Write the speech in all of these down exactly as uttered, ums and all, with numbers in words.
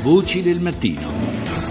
Voci del mattino.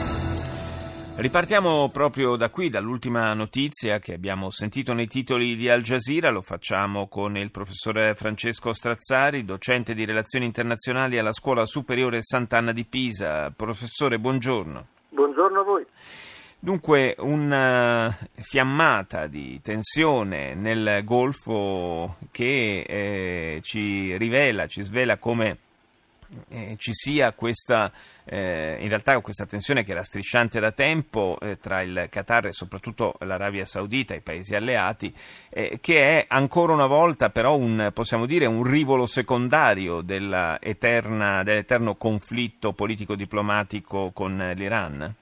Ripartiamo proprio da qui, dall'ultima notizia che abbiamo sentito nei titoli di Al Jazeera. Lo facciamo con il professore Francesco Strazzari, docente di relazioni internazionali alla Scuola Superiore Sant'Anna di Pisa. Professore, buongiorno. Buongiorno a voi. Dunque, una fiammata di tensione nel Golfo che eh, ci rivela, ci svela come Eh, ci sia questa, eh, in realtà questa tensione che era strisciante da tempo eh, tra il Qatar e soprattutto l'Arabia Saudita, i paesi alleati, eh, che è ancora una volta però un, possiamo dire, un rivolo secondario della eterna, dell'eterno conflitto politico-diplomatico con l'Iran.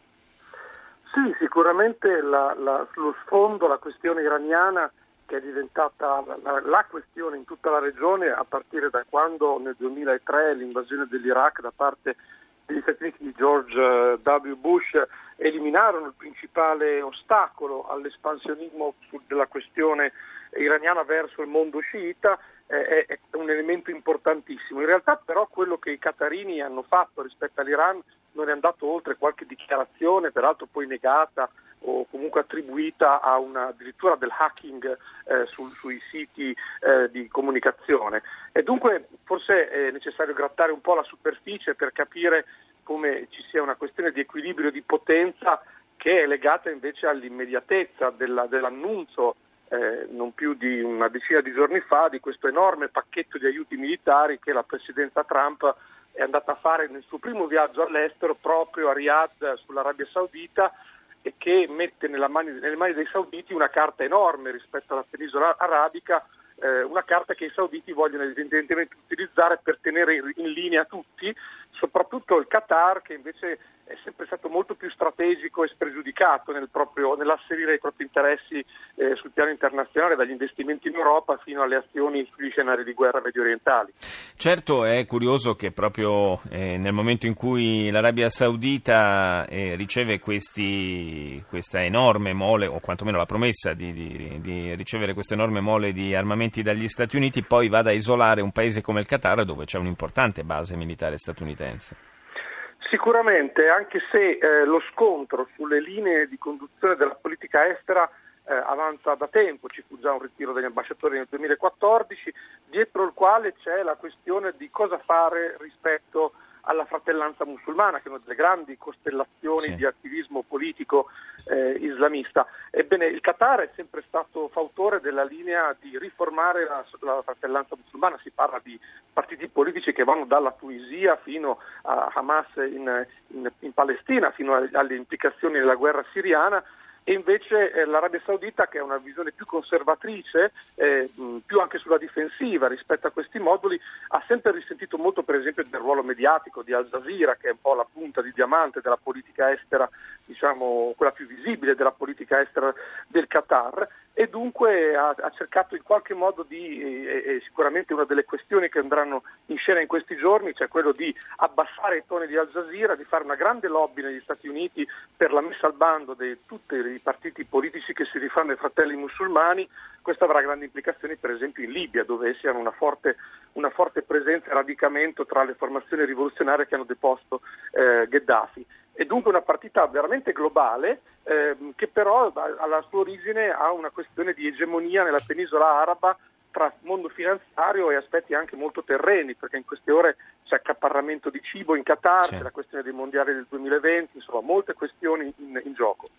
Sì, sicuramente la, la, lo sfondo, la questione iraniana, che è diventata la, la questione in tutta la regione a partire da quando nel duemilatré l'invasione dell'Iraq da parte degli Stati Uniti di George W. Bush eliminarono il principale ostacolo all'espansionismo della questione iraniana verso il mondo sciita, è, è un elemento importantissimo. In realtà però quello che i qatarini hanno fatto rispetto all'Iran non è andato oltre qualche dichiarazione, peraltro poi negata o comunque attribuita a una addirittura del hacking eh, su, sui siti eh, di comunicazione. E dunque forse è necessario grattare un po' la superficie per capire come ci sia una questione di equilibrio di potenza che è legata invece all'immediatezza della, dell'annuncio eh, non più di una decina di giorni fa di questo enorme pacchetto di aiuti militari che la presidenza Trump è andata a fare nel suo primo viaggio all'estero proprio a Riyadh sull'Arabia Saudita, e che mette nella mani, nelle mani dei sauditi una carta enorme rispetto alla penisola arabica, eh, una carta che i sauditi vogliono evidentemente utilizzare per tenere in, in linea tutti, soprattutto il Qatar, che invece è sempre stato molto più strategico e spregiudicato nel proprio, nell'asserire i propri interessi eh, sul piano internazionale, dagli investimenti in Europa fino alle azioni sugli scenari di guerra mediorientali. Certo, è curioso che proprio eh, nel momento in cui l'Arabia Saudita eh, riceve questi, questa enorme mole, o quantomeno la promessa di, di, di ricevere questa enorme mole di armamenti dagli Stati Uniti, poi vada a isolare un paese come il Qatar, dove c'è un'importante base militare statunitense. Sicuramente, anche se eh, lo scontro sulle linee di conduzione della politica estera eh, avanza da tempo, ci fu già un ritiro degli ambasciatori nel duemilaquattordici, dietro il quale c'è la questione di cosa fare rispetto alla fratellanza musulmana, che è una delle grandi costellazioni sì. di attivismo politico eh, islamista. Ebbene, il Qatar è sempre stato fautore della linea di riformare la, la fratellanza musulmana. Si parla di partiti politici che vanno dalla Tunisia fino a Hamas in, in, in Palestina, fino a, alle implicazioni della guerra siriana. E invece eh, l'Arabia Saudita, che ha una visione più conservatrice, eh, mh, più anche sulla difensiva rispetto a questi moduli, ha sempre risentito molto per esempio del ruolo mediatico di Al Jazeera, che è un po' la punta di diamante della politica estera, diciamo quella più visibile della politica estera del Qatar, e dunque ha, ha cercato in qualche modo di, e, e sicuramente una delle questioni che andranno in scena in questi giorni, cioè quello di abbassare i toni di Al Jazeera, di fare una grande lobby negli Stati Uniti per la messa al bando di tutti i partiti politici che si rifanno ai fratelli musulmani. Questo avrà grandi implicazioni per esempio in Libia, dove essi hanno una forte, una forte presenza e radicamento tra le formazioni rivoluzionarie che hanno deposto eh, Gheddafi. È dunque una partita veramente globale ehm, che però alla sua origine ha una questione di egemonia nella penisola araba tra mondo finanziario e aspetti anche molto terreni, perché in queste ore c'è accaparramento di cibo in Qatar, sì. c'è la questione dei mondiali del duemilaventi, insomma molte questioni in, in gioco.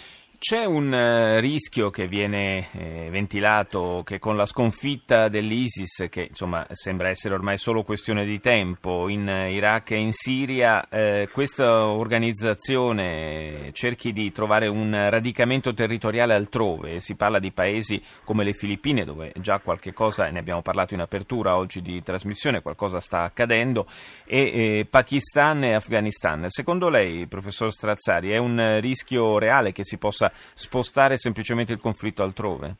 C'è un uh, rischio che viene eh, ventilato che con la sconfitta dell'ISIS, che insomma sembra essere ormai solo questione di tempo, in uh, Iraq e in Siria, eh, questa organizzazione cerchi di trovare un radicamento territoriale altrove. Si parla di paesi come le Filippine, dove già qualche cosa, ne abbiamo parlato in apertura oggi di trasmissione, qualcosa sta accadendo, e eh, Pakistan e Afghanistan. Secondo lei, professor Strazzari, è un rischio reale che si possa spostare semplicemente il conflitto altrove?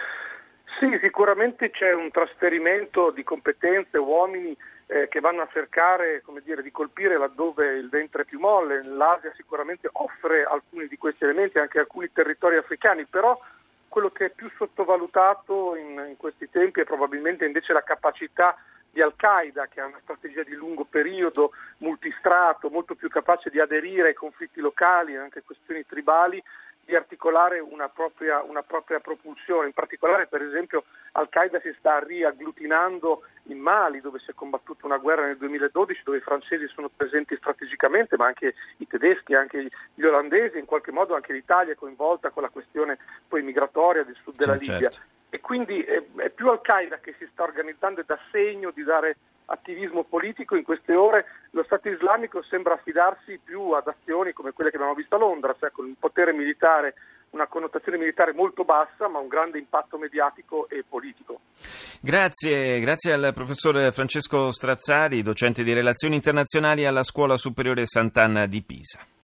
Sì, sicuramente c'è un trasferimento di competenze, uomini eh, che vanno a cercare, come dire, di colpire laddove il ventre è più molle. L'Asia sicuramente offre alcuni di questi elementi, anche alcuni territori africani, però quello che è più sottovalutato in, in questi tempi è probabilmente invece la capacità di Al-Qaeda, che ha una strategia di lungo periodo, multistrato, molto più capace di aderire ai conflitti locali e anche a questioni tribali, di articolare una propria, una propria propulsione. In particolare, per esempio, Al-Qaeda si sta riagglutinando in Mali, dove si è combattuta una guerra nel duemiladodici, dove i francesi sono presenti strategicamente, ma anche i tedeschi, anche gli olandesi, in qualche modo anche l'Italia è coinvolta con la questione poi migratoria del sud della sì, Libia. certo. E quindi è, è più Al-Qaeda che si sta organizzando e dà segno di dare attivismo politico. In queste ore lo Stato islamico sembra affidarsi più ad azioni come quelle che abbiamo visto a Londra, cioè con un potere militare, una connotazione militare molto bassa, ma un grande impatto mediatico e politico. Grazie, grazie al professor Francesco Strazzari, docente di relazioni internazionali alla Scuola Superiore Sant'Anna di Pisa.